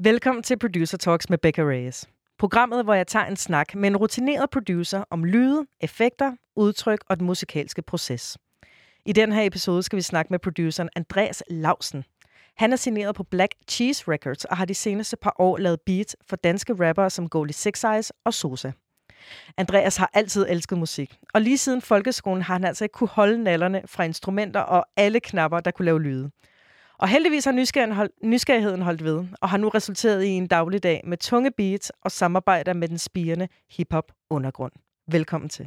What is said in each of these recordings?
Velkommen til Producer Talks med Becca Reyes. Programmet, hvor jeg tager en snak med en rutineret producer om lyde, effekter, udtryk og den musikalske proces. I den her episode skal vi snakke med produceren Andreas Lausen. Han er signeret på Black Cheese Records og har de seneste par år lavet beats for danske rappere som Goldie Six Eyes og Sosa. Andreas har altid elsket musik, og lige siden folkeskolen har han altså ikke kunne holde nallerne fra instrumenter og alle knapper, der kunne lave lyde. Og heldigvis har nysgerrigheden holdt ved, og har nu resulteret i en dagligdag med tunge beats og samarbejder med den spirende hip-hop undergrund. Velkommen til.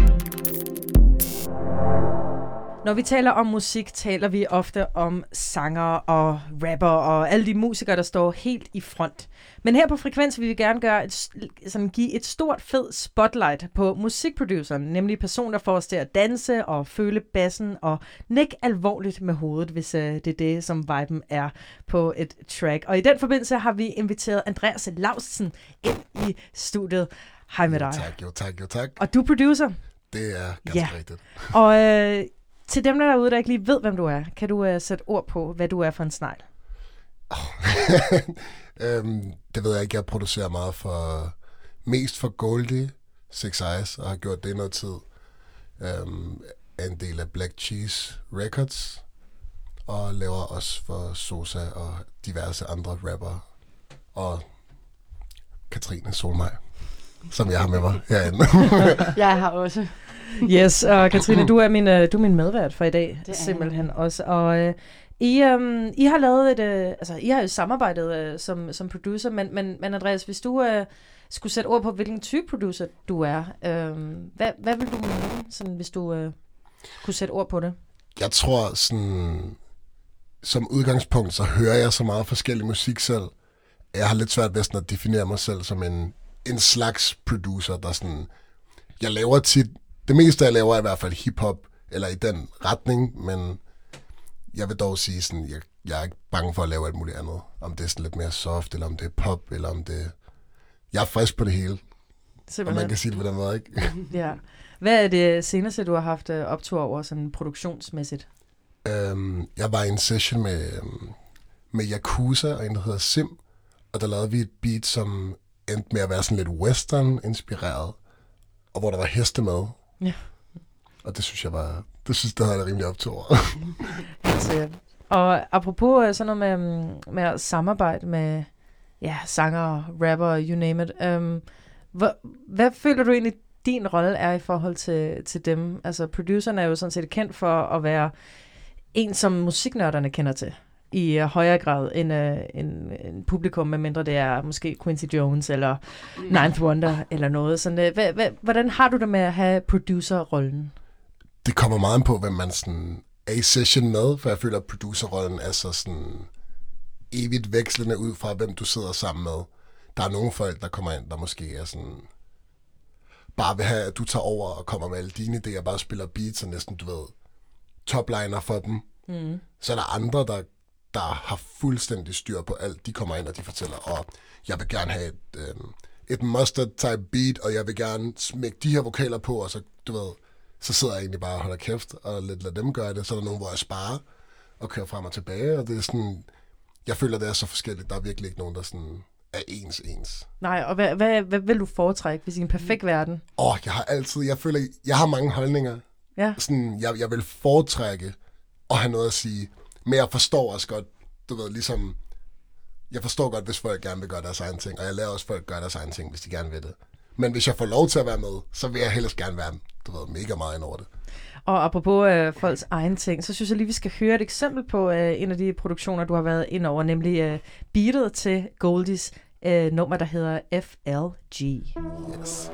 Når vi taler om musik, taler vi ofte om sanger og rapper og alle de musikere, der står helt i front. Men her på Frekvens vil vi gerne give et stort fed spotlight på musikproduceren, nemlig personen, der får os til at danse og føle bassen og nikke alvorligt med hovedet, hvis det er det, som viben er på et track. Og i den forbindelse har vi inviteret Andreas Lausen ind i studiet. Hej med dig. Jo tak. Og du er producer? Det er ganske rigtigt. Og til dem derude, der ikke lige ved, hvem du er, kan du sætte ord på, hvad du er for en snegl? Det ved jeg ikke. Jeg producerer meget mest for Goldie Six Eyes, og har gjort det i noget tid. Er en del af Black Cheese Records, og laver også for Sosa og diverse andre rappere. Og Katrine Solmaj, som jeg har med mig herinde. Jeg har også. Yes, og Katrine, du er min medvært for i dag, simpelthen også. Og I har lavet I har jo samarbejdet som producer, men Andreas, hvis du skulle sætte ord på, hvilken type producer du er, hvad vil du mene, sådan, hvis du kunne sætte ord på det? Jeg tror, sådan, som udgangspunkt, så hører jeg så meget forskellig musik selv. Jeg har lidt svært ved at definere mig selv som en slags producer, der sådan, jeg laver tit. Det meste, jeg laver, er i hvert fald hiphop, eller i den retning, men jeg vil dog sige, sådan, jeg er ikke bange for at lave alt muligt andet. Om det er sådan lidt mere soft, eller om det er pop, eller om det... Jeg er frisk på det hele. Simpelthen. Og man kan sige det på den måde, ikke? Ja. Hvad er det seneste, du har haft optur over, sådan produktionsmæssigt? Jeg var i en session med Yakuza, og en, der hedder Sim, og der lavede vi et beat, som endte med at være sådan lidt western-inspireret, og hvor der var heste med. Ja. Og det synes det havde jeg rimelig optur over. Og apropos sådan noget med at samarbejde med sanger, rapper, you name it. Hvad føler du egentlig, din rolle er i forhold til dem? Altså, produceren er jo sådan set kendt for at være en, som musiknørderne kender til i højere grad end publikum, medmindre det er måske Quincy Jones eller Ninth Wonder eller noget. Sådan, hvordan har du det med at have producerrollen? Det kommer meget an på, hvem man sådan er i session med, for jeg føler, at producerrollen er så sådan evigt vekslende ud fra, hvem du sidder sammen med. Der er nogle folk, der kommer ind, der måske er sådan bare vil have, at du tager over og kommer med alle dine idéer, bare spiller beats og næsten, du ved, topliner for dem. Mm. Så er der andre, der har fuldstændig styr på alt. De kommer ind, og de fortæller, og jeg vil gerne have et mustard-type beat, og jeg vil gerne smække de her vokaler på, og så, du ved, så sidder jeg egentlig bare og holder kæft, og lad dem gøre det. Så er der nogen, hvor jeg sparer og kører frem og tilbage, og det er sådan, jeg føler, det er så forskelligt. Der er virkelig ikke nogen, der sådan er ens. Nej, og hvad vil du foretrække, hvis i en perfekt verden? Jeg føler, jeg har mange holdninger. Ja. Sådan, jeg vil foretrække at have noget at sige, men jeg forstår også godt, du ved, ligesom, jeg forstår godt, hvis folk gerne vil gøre deres egen ting, og jeg lærer også folk gøre deres egen ting, hvis de gerne vil det. Men hvis jeg får lov til at være med, så vil jeg helst gerne være, du ved, mega meget ind over det. Og apropos folks egen ting, så synes jeg lige, vi skal høre et eksempel på en af de produktioner, du har været ind over, nemlig beatet til Goldies nummer, der hedder FLG. Yes.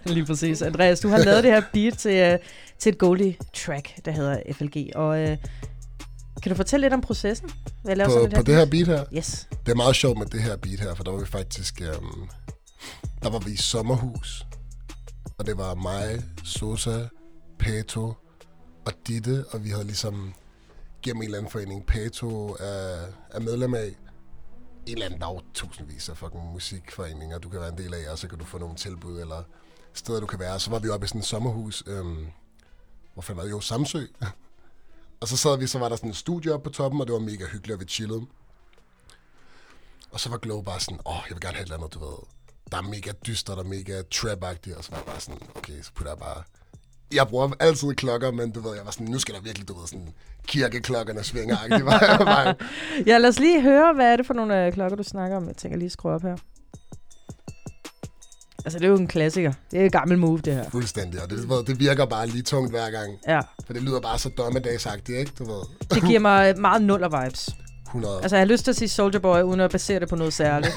Lige præcis. Andreas, du har lavet det her beat til et Goldie-track, der hedder FLG. Og kan du fortælle lidt om processen? På det her beat her? Yes. Det er meget sjovt med det her beat her, for der var vi faktisk... der var vi i sommerhus, og det var mig, Sosa, Pato og Ditte, og vi havde ligesom gennem en eller anden forening, Pato er medlem af. En eller anden, der er tusindvis af fucking musikforeninger, du kan være en del af, og så kan du få nogle tilbud, eller steder, du kan være. Så var vi oppe i sådan et sommerhus, hvor fanden var det? Jo, Samsø. Og så sad vi, så var der sådan et studie oppe på toppen, og det var mega hyggeligt, og vi chillede. Og så var Glow bare sådan, jeg vil gerne have et eller andet, du ved. Der er mega dyster, der er mega trap-agtigt, og så var jeg bare sådan, okay, så putter jeg bare... Jeg bruger altid klokker, men du ved, jeg var sådan, nu skal der virkelig, du ved, sådan kirkeklokkerne svinger-agtigt. Ja, lad os lige høre, hvad er det for nogle klokker, du snakker om. Jeg tænker lige at skrue op her. Altså, det er jo en klassiker. Det er et gammelt move, det her. Fuldstændig, og det virker bare lige tungt hver gang. Ja. For det lyder bare så dommedagsagtigt, ikke? Du ved. Det giver mig meget nuller-vibes. 100. Altså, jeg har lyst til at sige Soulja Boy, uden at basere det på noget særligt.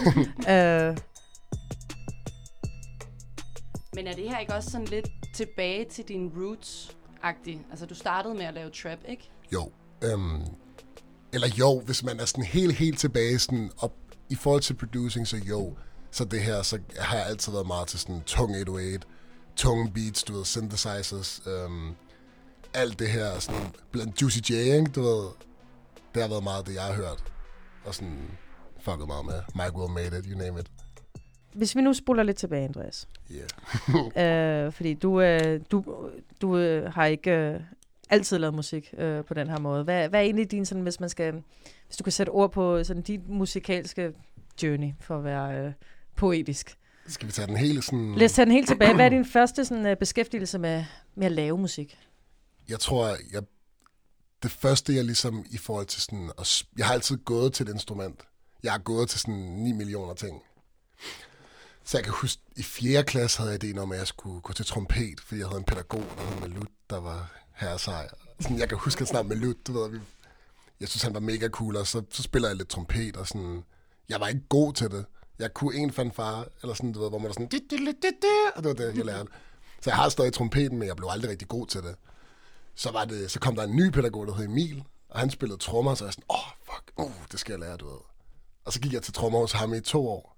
Men er det her ikke også sådan lidt tilbage til dine roots-agtigt? Altså, du startede med at lave trap, ikke? Jo. Eller jo, hvis man er sådan helt tilbage sådan op i forhold til producing, så jo. Så det her, så har jeg altid været meget til sådan tung 808, tunge beats, du ved, synthesizers, alt det her, sådan blandt Juicy J, ikke, du ved, det har været meget det, jeg har hørt, og sådan fucket meget med Mike Will Made It, you name it. Hvis vi nu spoler lidt tilbage, Andreas. Yeah. Fordi du har ikke altid lavet musik på den her måde. Hvad er egentlig din, sådan, hvis du kan sætte ord på sådan din musikalske journey, for at være poetisk? Skal vi tage den hele sådan... Lad os tage den helt tilbage. Hvad er din første sådan, beskæftigelse med at lave musik? Jeg tror, det første, jeg ligesom i forhold til sådan... Jeg har altid gået til et instrument. Jeg har gået til sådan 9 millioner ting. Så jeg kan huske, i 4. klasse havde jeg ideen om, at jeg skulle gå til trompet, fordi jeg havde en pædagog, der hed Malut, der var herresej. Sådan, jeg kan huske, at snart Malut, du ved, jeg synes, han var mega cool, og så spiller jeg lidt trompet, og sådan... Jeg var ikke god til det. Jeg kunne en fanfare, eller sådan, du ved, hvor man var sådan... Og det var det, jeg lærte. Så jeg har stadig trompeten, men jeg blev aldrig rigtig god til det. Så kom der en ny pædagog, der hed Emil, og han spillede trommer, så jeg sådan, fuck, det skal jeg lære, du ved. Og så gik jeg til trommer hos ham i 2 år.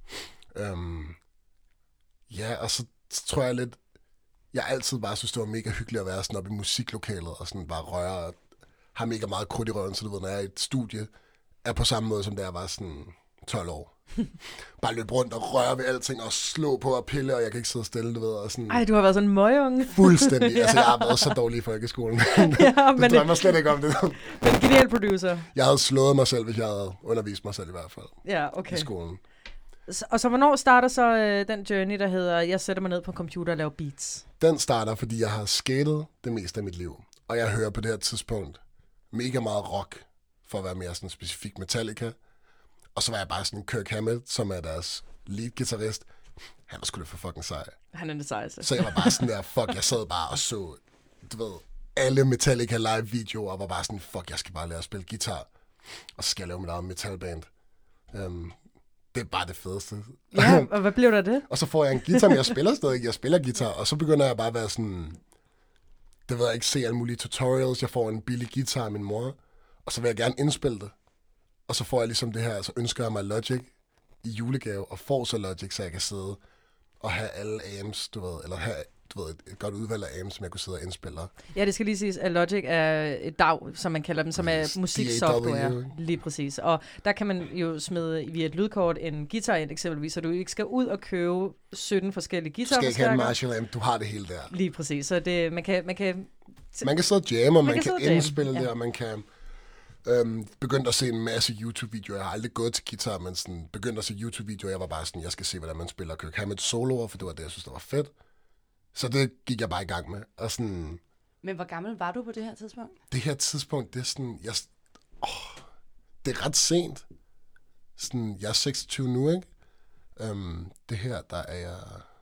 Og så tror jeg lidt... Jeg altid bare synes, det var mega hyggeligt at være sådan oppe i musiklokalet, og sådan bare røre, og have mega meget krudt i røven, så du ved, når jeg er i et studie, er på samme måde, som da jeg var sådan 12 år. Bare løbe rundt og røre ved alting, og slå på og pille, og jeg kan ikke sidde stille, du ved. Og sådan... Ej, du har været sådan en møgunge. Fuldstændig. Altså, jeg har været så dårlig i folkeskolen. Det drømmer slet ikke om det. Men genial producer. Jeg havde slået mig selv, hvis jeg havde undervist mig selv i hvert fald. Ja, okay. I skolen. Og så hvornår starter så den journey, der hedder, jeg sætter mig ned på en computer og laver beats? Den starter, fordi jeg har skatet det meste af mit liv. Og jeg hører på det her tidspunkt mega meget rock, for at være mere sådan specifik Metallica. Og så var jeg bare sådan Kirk Hammett, som er deres lead-gitarrist. Han var sgu da for fucking sej. Han er det sejeste. Så jeg var bare sådan der, jeg sad bare og så, du ved, alle Metallica live-videoer, og var bare sådan, jeg skal bare lære at spille guitar. Og så skal jeg lave mit eget metalband. Det er bare det fedeste. Ja, og hvad blev der det? Og så får jeg en guitar, men jeg spiller stadig. Jeg spiller guitar, og så begynder jeg bare at være sådan... Det ved jeg ikke, se alle mulige tutorials. Jeg får en billig guitar af min mor, og så vil jeg gerne indspille det. Og så får jeg ligesom det her, så ønsker jeg mig Logic i julegave, og får så Logic, så jeg kan sidde og have alle amps, du ved, eller have et godt udvalg af amps, som jeg kunne sidde og indspille. Ja, det skal lige siges, at Logic er et DAW, som man kalder dem, som er musiksoftware. Lige præcis. Og der kan man jo smide via et lydkort en guitar ind eksempelvis, så du ikke skal ud og købe 17 forskellige guitarforstærkere. Du skal ikke have en Marshall amp, du har det hele der. Lige præcis. Så det, man kan sidde og jamme, og man kan indspille det, og man kan... Begyndte at se en masse YouTube-videoer. Jeg har aldrig gået til guitar, men sådan, begyndte at se YouTube-videoer. Jeg var bare sådan, jeg skal se, hvordan man spiller Kirk Hammett soloer, for det var det, jeg synes, der var fedt. Så det gik jeg bare i gang med. Og sådan, men hvor gammel var du på det her tidspunkt? Det her tidspunkt, det er sådan... det er ret sent. Sådan, jeg er 26 nu, ikke? Det her, der er jeg...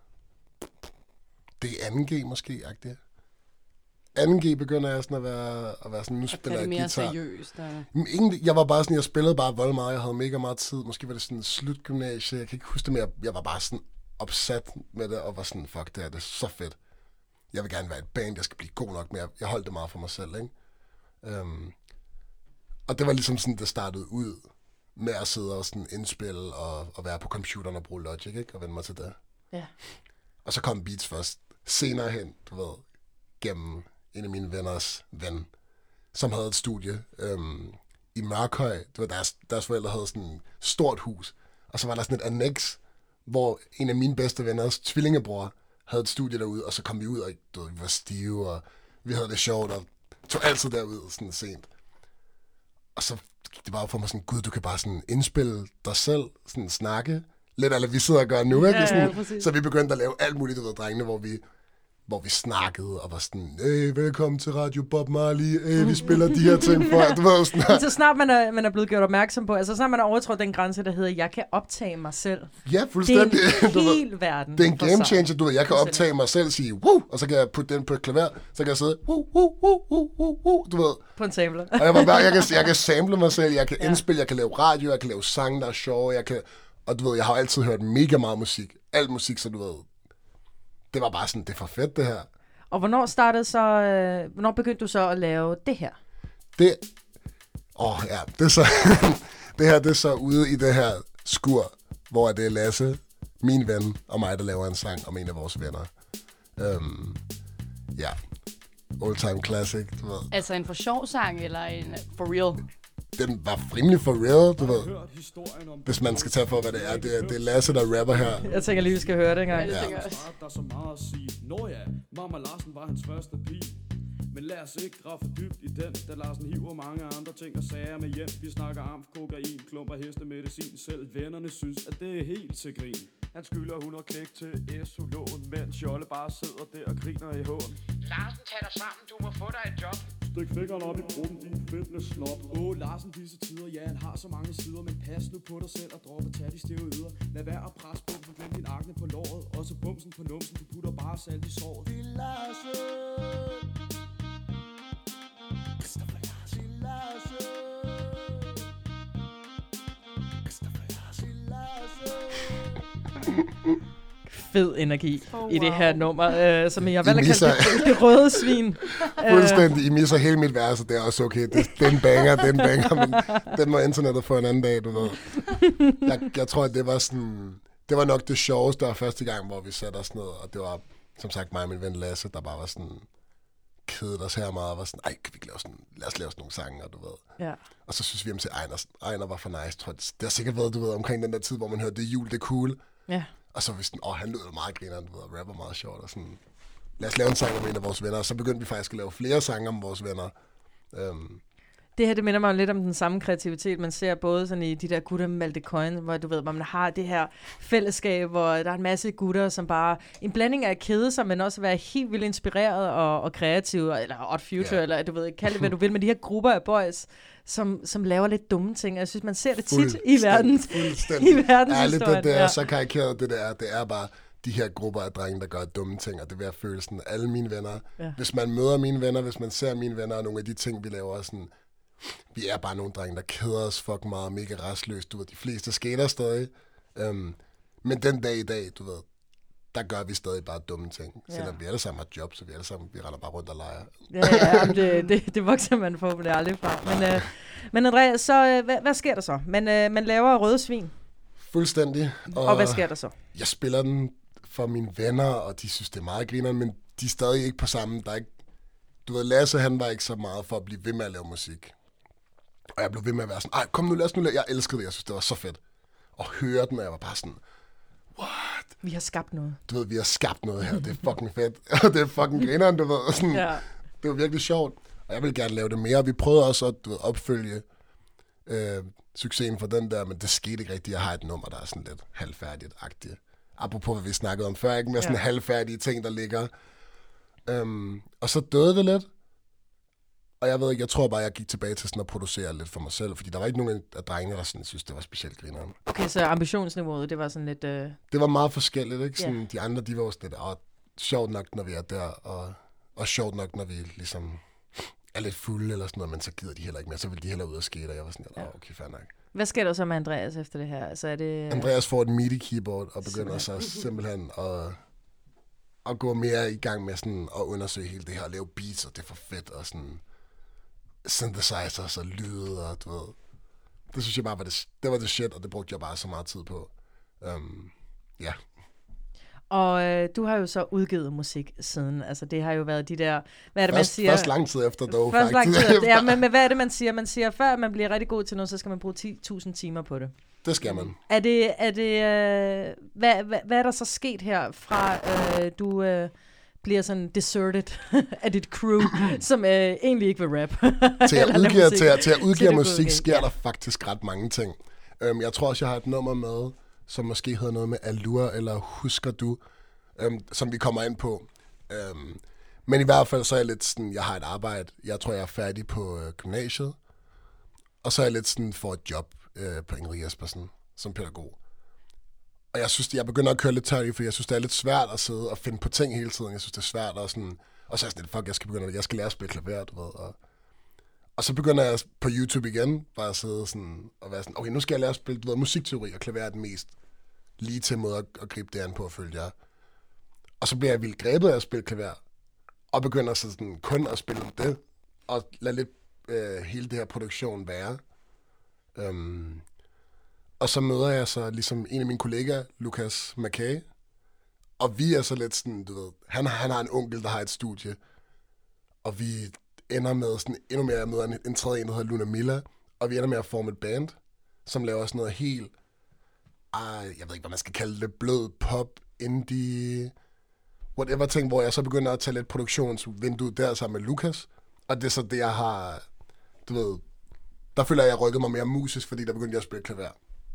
Det er 2G måske-agtigt. 2G begynder jeg sådan at være sådan, nu spiller jeg guitar. Det er mere seriøst. Jeg var bare sådan, jeg spillede bare vold meget, jeg havde mega meget tid. Måske var det sådan slutgymnasie, jeg kan ikke huske det mere. Jeg var bare sådan opsat med det, og var sådan, fuck, det er så fedt. Jeg vil gerne være et band, jeg skal blive god nok, men jeg holdt det meget for mig selv, ikke? Og det var ligesom sådan, det startede ud med at sidde og sådan indspille og være på computeren og bruge Logic, ikke? Og vende mig til det. Ja. Og så kom beats først senere hen, du ved, gennem en af mine venners ven, som havde et studie i Mørkhøj. Det var deres forældre havde sådan et stort hus, og så var der sådan et annex, hvor en af mine bedste venners tvillingebror havde et studie derude, og så kom vi ud, og du ved, vi var stive, og vi havde det sjovt, og tog altid derud sådan sent. Og så gik det bare for mig sådan, gud, du kan bare sådan indspille dig selv, sådan snakke, lidt eller vi sidder og gør nu, ikke? Sådan, så vi begyndte at lave alt muligt, du ved, drengene, hvor vi snakkede og var sådan, velkommen til Radio Bob Marley, vi spiller de her ting for jer. Du ved, sådan. Så snart man er blevet gjort opmærksom på, altså snart man har overtrådt den grænse, der hedder, jeg kan optage mig selv. Ja, fuldstændig. Det er en hel verden. Det er en game changer, du ved. Jeg kan optage mig selv og sige, woo, og så kan jeg putte den på et klaver, så kan jeg sidde, woo, woo, woo, woo, woo, woo, du ved. På en sampler. Og jeg kan sample mig selv, jeg kan indspille, jeg kan lave radio, jeg kan lave sange, der er sjove, og du ved, jeg har altid hørt mega meget musik. Alt musik, så du ved, det var bare sådan, det er for fedt, det her. Og hvornår begyndte du så at lave det her? Det er så, det her, det er så ude i det her skur, hvor det er Lasse, min ven, og mig, der laver en sang om en af vores venner. Old time classic, du ved. Altså en for sjov sang, eller en for real? Den var rimelig for real, du ved. Hvis man skal tage for, hvad det er. Det er Lasse, der rapper her. Jeg tænker lige, vi skal høre det engang. Ja, der er så meget at sige. Nå ja, Mama Larsen var hans første pige. Men lad os ikke grave for dybt i den, da Larsen hiver mange andre ting og sager med hjem. Vi snakker amf, kokain, klumper, hestemedicin. Selv vennerne synes, at det er helt til grin. Han skylder 100 klik til SU-lån, mens Jolle bare sidder der og griner i hånden. Larsen, tag dig sammen, du må få dig et job. Stik fingrene op i gruppen, din fitness-snop. Larsen, disse tider, ja, han har så mange sider. Men pas nu på dig selv og drop at tage de steroider. Lad være at presse bumsen, glem din akne på låret. Og så bumsen på numsen, du putter bare salt i såret. Det er Larsen. Christopher Larsen. Larsen. Christopher Larsen. Fed energi i det her nummer, som jeg valgte at kalde det røde svin. Fuldstændig. I misser hele mit vers, og det er også okay. Det er en banger, men den må internettet få en anden dag, du ved. Jeg tror, at det var sådan... Det var nok det sjoveste, og første gang, hvor vi satte os ned, og det var, som sagt, mig og min ven Lasse, der bare var sådan... kedede os her meget, og var sådan, ej, kan vi ikke lave sådan... Lad os lave sådan nogle sange, og du ved. Ja. Og så synes vi om til Ejner var for nice, tror jeg. Det har sikkert været, du ved, omkring den der tid, hvor man hørte, det jul, det er cool. Ja. Og så var vi sådan, han lød meget grineren, du ved, og rapper meget sjovt, og sådan, lad os lave en sang om en af vores venner, og så begyndte vi faktisk at lave flere sange om vores venner. Det her, det minder mig lidt om den samme kreativitet, man ser både sådan i de der gutter med Malte Coyne, hvor du ved, hvor man har det her fællesskab, hvor der er en masse gutter, som bare, en blanding af at kede sig, men også at være helt vildt inspireret og kreativ, eller odd future, eller du ved, kald det, hvad du vil, men de her grupper af boys, som laver lidt dumme ting. Jeg synes, man ser det tit i verdenshistorien. Ærligt, det er så karikeret, det er bare de her grupper af drenge, der gør dumme ting, og det vil jeg føle sådan, alle mine venner. Ja. Hvis man møder mine venner, hvis man ser mine venner, og nogle af de ting, vi laver, sådan, vi er bare nogle drenge, der keder os fucking meget, mega restløst, du ved, de fleste skater stadig. Men den dag i dag, du ved, der gør vi stadig bare dumme ting. Selvom vi alle sammen har job, så vi render bare rundt og leger. Det vokser man forhåbentlig aldrig fra. Men Andreas, så hvad sker der så? Man laver røde svin. Fuldstændig. Og hvad sker der så? Jeg spiller den for mine venner, og de synes, det er meget grineren, men de er stadig ikke på samme. Der er ikke, du ved, Lasse, han var ikke så meget for at blive ved med at lave musik. Og jeg blev ved med at være sådan, ej, kom nu, lad os nu lave. Jeg elskede det, jeg synes, det var så fedt. Og høre den, og jeg var bare sådan, what? Vi har skabt noget. Du ved, vi har skabt noget her, det er fucking fedt. Og det er fucking grineren, du ved. Sådan, ja. Det var virkelig sjovt. Og jeg ville gerne lave det mere. Vi prøvede også at opfølge succesen for den der, men det skete ikke rigtigt. Jeg har et nummer, der er sådan lidt halvfærdigt-agtigt. Apropos, hvad vi snakkede om før, ikke? Med sådan halvfærdige ting, der ligger. Og så døde det lidt. Og jeg ved ikke, jeg tror bare, jeg gik tilbage til sådan at producere lidt for mig selv, fordi der var ikke nogen af drengene, der sådan, synes, det var specielt grineren. Okay, så ambitionsniveauet, det var sådan lidt... Det var meget forskelligt, ikke? Sådan, de andre, de var også lidt, sjovt nok, når vi er der, og sjovt nok, når vi ligesom er lidt fulde eller sådan noget, men så gider de heller ikke mere. Så vil de heller ud og skate, og jeg var sådan, okay, fair nok. Hvad sker der så med Andreas efter det her? Altså, er det... Andreas får et MIDI-keyboard og begynder så simpelthen at gå mere i gang med sådan at undersøge hele det her, og lave beats, og det er for fedt, og sådan synthesizers og lyde, og du ved. Det synes jeg bare var det shit, og det brugte jeg bare så meget tid på. Ja. Og du har jo så udgivet musik siden. Altså, det har jo været de der... Hvad er det, man siger? Først lang tid efter, dog, faktisk. Lang tid efter. Ja, men hvad er det, man siger? Man siger, før man bliver rigtig god til noget, så skal man bruge 10.000 timer på det. Det skal man. Hvad er der så sket her fra du bliver sådan deserted af dit crew, som egentlig ikke vil rap? til at udgive musik sker der faktisk ret mange ting. Jeg tror også, jeg har et nummer med, som måske hedder noget med Allure, eller Husker du, som vi kommer ind på. Men i hvert fald så er jeg lidt sådan, jeg har et arbejde. Jeg tror, jeg er færdig på gymnasiet. Og så er jeg lidt sådan for et job på Ingrid Jespersen som pædagog. Og jeg synes, jeg begynder at køre lidt tør i, for jeg synes, det er lidt svært at sidde og finde på ting hele tiden. Jeg synes, det er svært og sådan... Og så er jeg sådan, fuck, jeg skal lære at spille klaver, du ved. Og så begynder jeg på YouTube igen, bare at sidde sådan og være sådan, okay, nu skal jeg lære at spille, du ved, musikteori, og klaver er den mest lige til måde at gribe det an på, følge jer. Og så bliver jeg vildt grebet af at spille klaver, og begynder så sådan kun at spille det, og lade lidt hele det her produktion være. Og så møder jeg så ligesom en af mine kollegaer, Lukas McKay, og vi er så lidt sådan, du ved, han har en onkel, der har et studie, og vi ender med sådan endnu mere, jeg møder en tredje en, der hedder Luna Milla, og vi ender med at forme et band, som laver sådan noget helt, jeg ved ikke, hvad man skal kalde det, blød pop, indie, whatever ting, hvor jeg så begynder at tage lidt produktionsvindue der sammen med Lukas, og det er så det, jeg har, du ved, der føler jeg rykket mig mere musisk, fordi der begyndte jeg at spille klaver.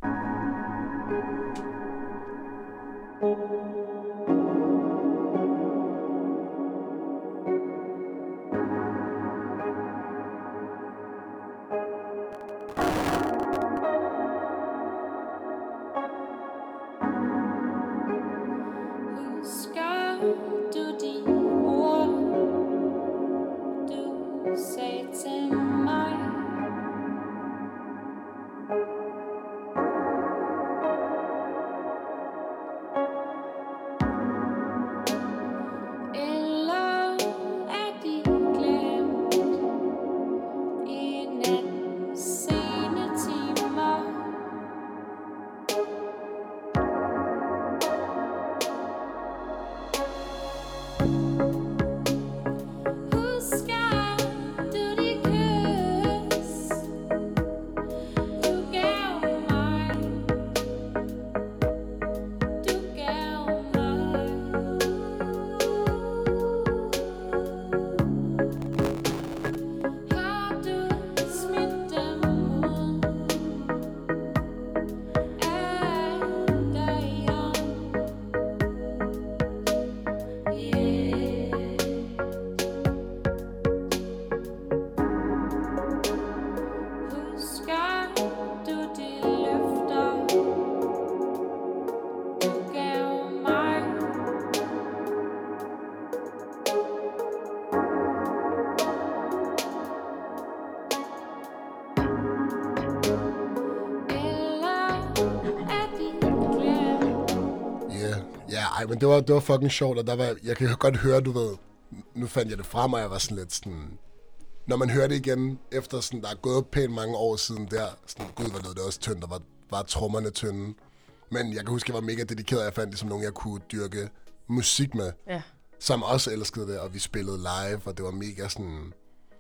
Men det var fucking sjovt, og jeg kan godt høre, du ved, nu fandt jeg det frem, og jeg var sådan lidt sådan, når man hører det igen, efter sådan, der er gået pænt mange år siden der, sådan, gud, hvor lød det også tyndt, og var trommerne tynde. Men jeg kan huske, jeg var mega dedikeret, jeg fandt ligesom nogen, jeg kunne dyrke musik med, som også elskede det, og vi spillede live, og det var mega sådan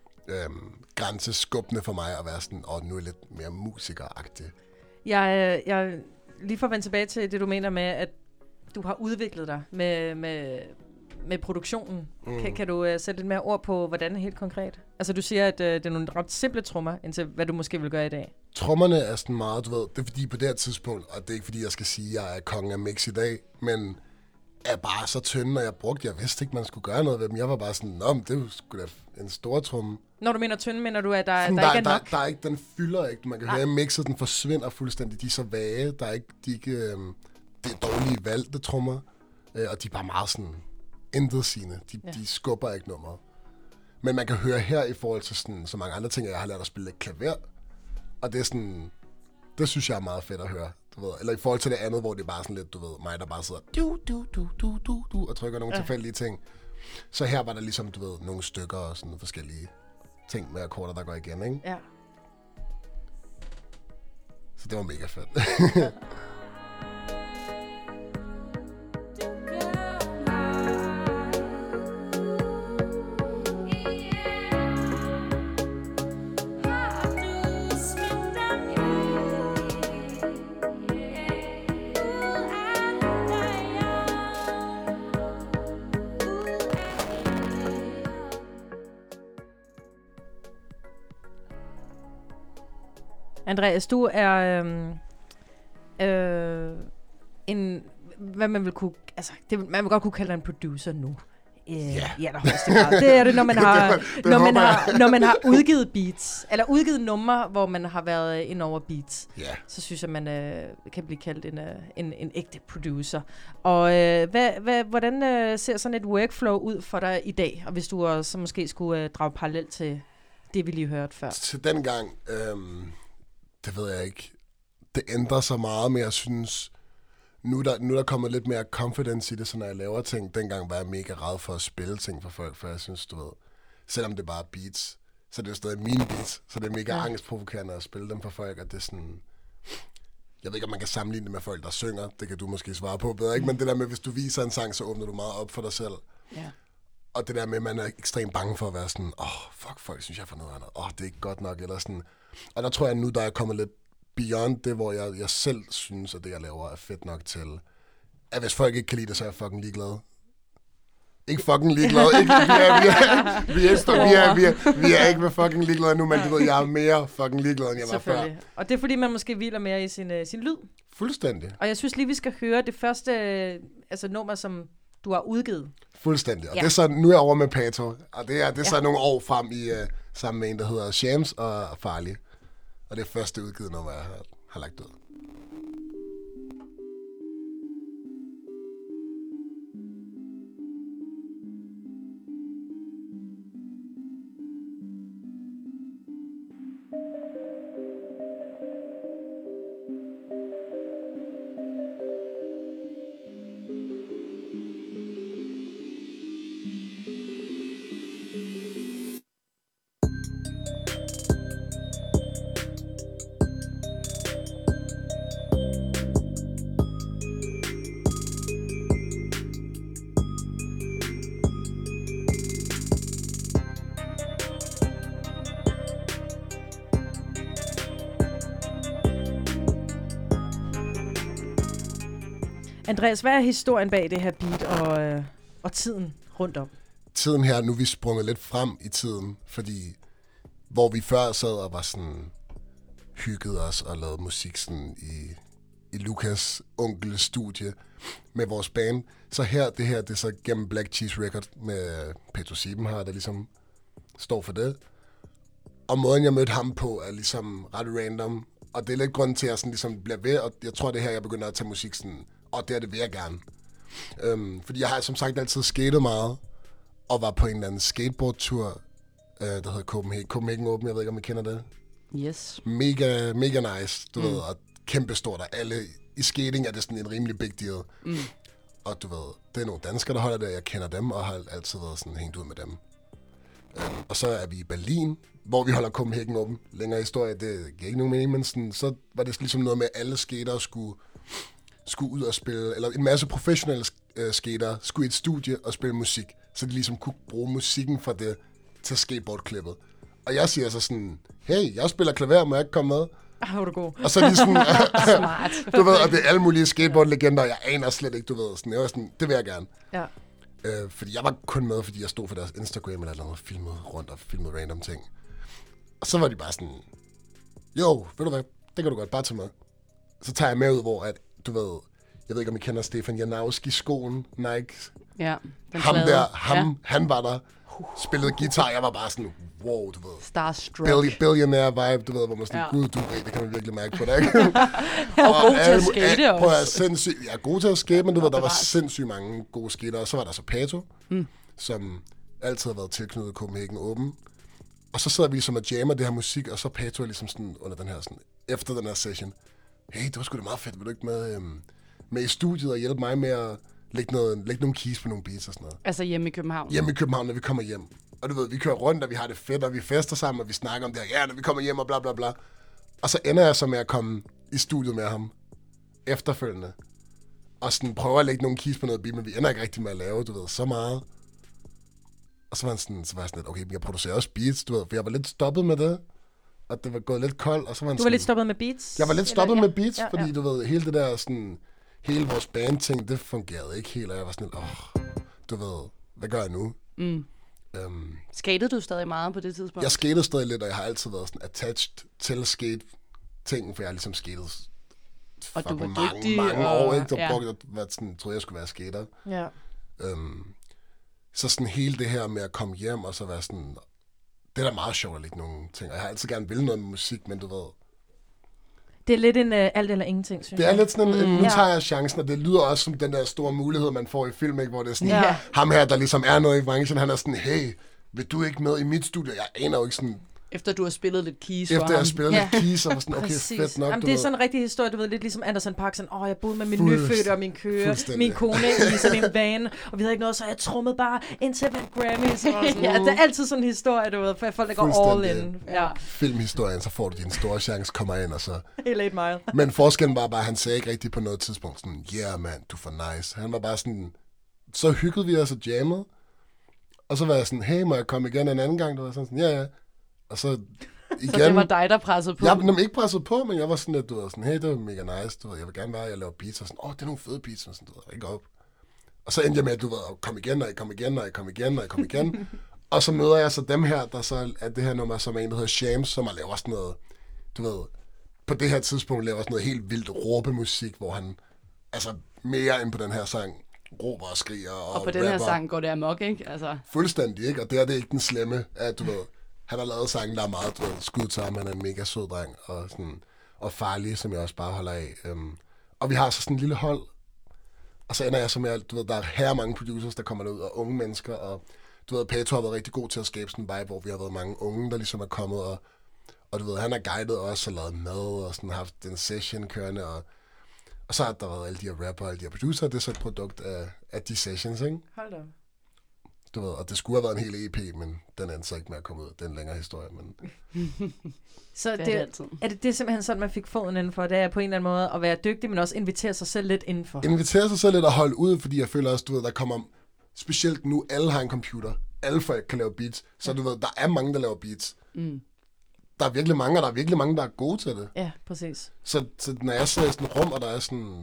grænseskubbende for mig at være sådan, nu er jeg lidt mere musikeragtig. Jeg lige for at vende tilbage til det, du mener med, at du har udviklet dig med produktionen. Kan du sætte lidt mere ord på, hvordan helt konkret? Altså, du siger, at det er nogle ret simple trommer, indtil hvad du måske vil gøre i dag. Trommerne er sådan meget, du ved, det er fordi på det her tidspunkt, og det er ikke fordi, jeg skal sige, at jeg er kongen af mix i dag, men er bare så tynde, og jeg vidste ikke, man skulle gøre noget ved dem. Jeg var bare sådan, det er sgu da en stor tromme. Når du mener tynde, mener du, at der ikke er nok? Der er ikke, den fylder ikke. Man kan høre, at mixet, den forsvinder fuldstændig. De er så vage, det er dårlige valgte trommer, og de er bare meget sådan intetsigende. De skubber ikke nummeret. Men man kan høre her i forhold til sådan, så mange andre ting, at jeg har lært at spille lidt klaver. Og det er sådan, det synes jeg er meget fedt at høre. Du ved. Eller i forhold til det andet, hvor det er bare sådan lidt, du ved, mig der bare sidder du, og trykker nogle tilfældige ting. Så her var der ligesom, du ved, nogle stykker og sådan nogle forskellige ting med akkorder, der går igen, ikke? Ja. Så det var mega fedt. Andreas, du er hvad man vil kunne, altså man vil godt kunne kalde dig en producer nu. Ja, der højeste grad. Det er det, når man har når man har udgivet beats, eller udgivet numre, hvor man har været ind over beats. Yeah. Så synes jeg, man kan blive kaldt en ægte producer. Og hvordan ser sådan et workflow ud for dig i dag? Og hvis du også måske skulle drage parallel til det, vi lige hørte før. Til den gang, det ved jeg ikke. Det ændrer sig meget, men jeg synes, nu er der kommet lidt mere confidence i det, så når jeg laver ting. Dengang var jeg mega red for at spille ting for folk, for jeg synes, du ved, selvom det bare er beats, så det er jo stadig mine beats, så det er mega angstprovokerende at spille dem for folk, og det er sådan, jeg ved ikke, om man kan sammenligne det med folk, der synger, det kan du måske svare på bedre, ikke? Men det der med, hvis du viser en sang, så åbner du meget op for dig selv. Ja. Og det der med, at man er ekstremt bange for at være sådan, fuck, folk synes, jeg får noget andet. Det er ikke godt nok, eller sådan. Og der tror jeg nu, der er kommet lidt beyond det, hvor jeg selv synes, at det, jeg laver, er fedt nok til, at hvis folk ikke kan lide det, så er jeg fucking ligeglad. Ikke fucking ligeglad. Vi er ikke med fucking ligeglade nu, men du ved, jeg er mere fucking ligeglad, end jeg var før. Og det er fordi, man måske hviler mere i sin lyd. Fuldstændig. Og jeg synes lige, vi skal høre det første nummer, som du har udgivet. Fuldstændig. Og det er så, nu er jeg over med Pato, og det er så nogle år frem i sammen med en, der hedder Shams og Farlig. Og det er første udgivet nummer, jeg har lagt ud. Andreas, hvad er historien bag det her beat og tiden rundt om? Tiden her, nu er vi sprunget lidt frem i tiden, fordi hvor vi før sad og var sådan hyggede os og lavede musik sådan i Lukas onkels studie med vores band. Så det er så gennem Black Cheese Record med Petro Siebenhaar, der ligesom står for det. Og måden, jeg mødte ham på, er ligesom ret random. Og det er lidt grund til, at jeg sådan ligesom bliver ved, og jeg tror, det her, jeg begynder at tage musik sådan, det vil jeg gerne. Fordi jeg har som sagt altid skatet meget, og var på en eller anden skateboardtur, der hedder Copenhagen Open, jeg ved ikke, om I kender det? Yes. Mega, mega nice, du ved, og kæmpe stort, og alle i skating er det sådan en rimelig big deal. Og du ved, det er nogle danskere, der holder det, jeg kender dem, og har altid været sådan hængt ud med dem. Og så er vi i Berlin, hvor vi holder Copenhagen Open. Længere historie, det giver ikke nogen mening, men sådan, så var det ligesom noget med, at alle skatere skulle ud og spille, eller en masse professionelle skatere skulle i et studie og spille musik, så de ligesom kunne bruge musikken fra det til skateboardklippet. Og jeg siger så sådan, hey, jeg spiller klaver, må jeg ikke komme med? Hvor er du god. Og så er de sådan, smart. Du ved, og det er alle mulige skateboardlegender, og jeg aner slet ikke, du ved, sådan, jeg var sådan, det vil jeg gerne. Ja. Fordi jeg var kun med, fordi jeg stod for deres Instagram eller noget, filmede rundt og filmede random ting. Og så var de bare sådan, jo, ved du hvad, det kan du godt bare tage med. Så tager jeg med ud, hvor at, du ved, jeg ved ikke, om I kender Stefan Janowski-skoen, Nike. Ja, ham plade. Han var der, spillede guitar, jeg var bare sådan, wow, du ved. Starstruck. Billionaire vibe, du ved, hvor man sådan, gud, du ved, det kan man virkelig mærke på dig, ikke? Og god til at skate også. Jeg er god til at skate, men du ved, der var sindssygt mange gode skater, og så var der så Pato, som altid har været tilknyttet Copenhagen Open. Og så sidder vi ligesom og jammer det her musik, og så Pato er ligesom sådan under den her, sådan, efter den her session. Hey, det var sgu da meget fedt, vil du ikke med i studiet og hjælpe mig med at lægge nogle keys på nogle beats og sådan noget. Altså hjemme i København? Hjemme i København, når vi kommer hjem. Og du ved, vi kører rundt, og vi har det fedt, og vi fester sammen, og vi snakker om det her, ja, når vi kommer hjem og bla bla bla. Og så ender jeg så med at komme i studiet med ham efterfølgende. Og sådan prøver at lægge nogle keys på noget beat, men vi ender ikke rigtig med at lave, du ved, så meget. Og så var jeg sådan lidt, okay, jeg producerer også beats, du ved, for jeg var lidt stoppet med det. Og det var gået lidt koldt, og så var han Du var lidt stoppet med beats? Jeg var lidt stoppet med beats, fordi du ved, hele det der sådan, hele vores band-ting, det fungerede ikke helt, og jeg var sådan lidt, du ved, hvad gør jeg nu? Skatede du stadig meget på det tidspunkt? Jeg skatede stadig lidt, og jeg har altid været sådan attached til skate-ting, for jeg har ligesom skatet og du var mange år, ikke? Jeg troede, jeg skulle være skater. Ja. Så sådan hele det her med at komme hjem, og så være sådan, det er da meget sjovt at lægge nogle ting, og jeg har altid gerne ville noget med musik, men du ved... Det er lidt en alt eller ingenting, synes jeg. Det er lidt sådan en nu tager jeg chancen, og det lyder også som den der store mulighed, man får i film, ikke? Hvor det er sådan, ham her, der ligesom er noget i branchen, han er sådan, hey, vil du ikke med i mit studie? Jeg aner jo ikke sådan... Efter du har spillet lidt keys for ham. Efter jeg har spillet lidt keys, og var sådan, okay, fedt nok. Jamen, det er sådan en rigtig historie, du ved, lidt ligesom Anderson .Paak, sådan, jeg boede med min nyfødte og min kører, min kone i sådan en van, og vi havde ikke noget, så jeg trummede bare indtil jeg vandt Grammys. Ja, det er altid sådan en historie, du ved, for folk, der går all in. Ja. Filmhistorien, så får du din store chance, kommer ind, og så... Helt 8 Mile. Men forskellen var bare, han sagde ikke rigtigt på noget tidspunkt, sådan, yeah man, du er for nice. Han var bare sådan, så hyggede vi os og jammede, og så var jeg sådan, hey, må jeg komme igen en anden gang? Du var sådan, ja. Og så igen... Så det var dig, der pressede på? Jeg var ikke presset på, men jeg var sådan lidt, du ved, sådan, hey, det var mega nice, du ved, jeg vil gerne være, jeg laver beats, og sådan, det er nogle fede beats, og sådan, du ved, ikke op. Og så endte jeg med, at du ved, kom igen, og jeg kom igen. Og så møder jeg så dem her, der så er det her nummer, som er en, der hedder Shams, som laver sådan noget, du ved, på det her tidspunkt laver sådan noget helt vildt råbemusik, hvor han, altså mere end på den her sang, råber og skriger og på den her sang går det amok, ikke? Altså... Fuldstændig, ikke? Og det er det ikke den slemme, at du ved, han har lavet sange, der er meget, du ved, skud til ham, han er en mega sød dreng, og, sådan, og farlig, som jeg også bare holder af. Og vi har så sådan en lille hold, og så ender jeg så med, at du ved, der er her mange producers, der kommer ud, og unge mennesker, og du ved, Pato har været rigtig god til at skabe sådan en vibe, hvor vi har været mange unge, der ligesom er kommet, og du ved, han har guidet os og lavet mad, og sådan haft en session kørende, og så har der været alle de her rapper og alle de her producer, det er så et produkt af de sessions, ikke? Hold da. Du ved, og det skulle have været en hel EP, men den endte så ikke med at komme ud. Det er en længere historie, men... Så det er simpelthen sådan, man fik foden indenfor. Det er på en eller anden måde at være dygtig, men også invitere sig selv lidt indenfor. Invitere sig selv lidt og holde ud, fordi jeg føler også, du ved, der kommer... Specielt nu, alle har en computer. Alle folk kan lave beats. Så du ved, der er mange, der laver beats. Der er virkelig mange, og der er virkelig mange, der er gode til det. Ja, præcis. Så når jeg sidder i sådan et rum, og der er sådan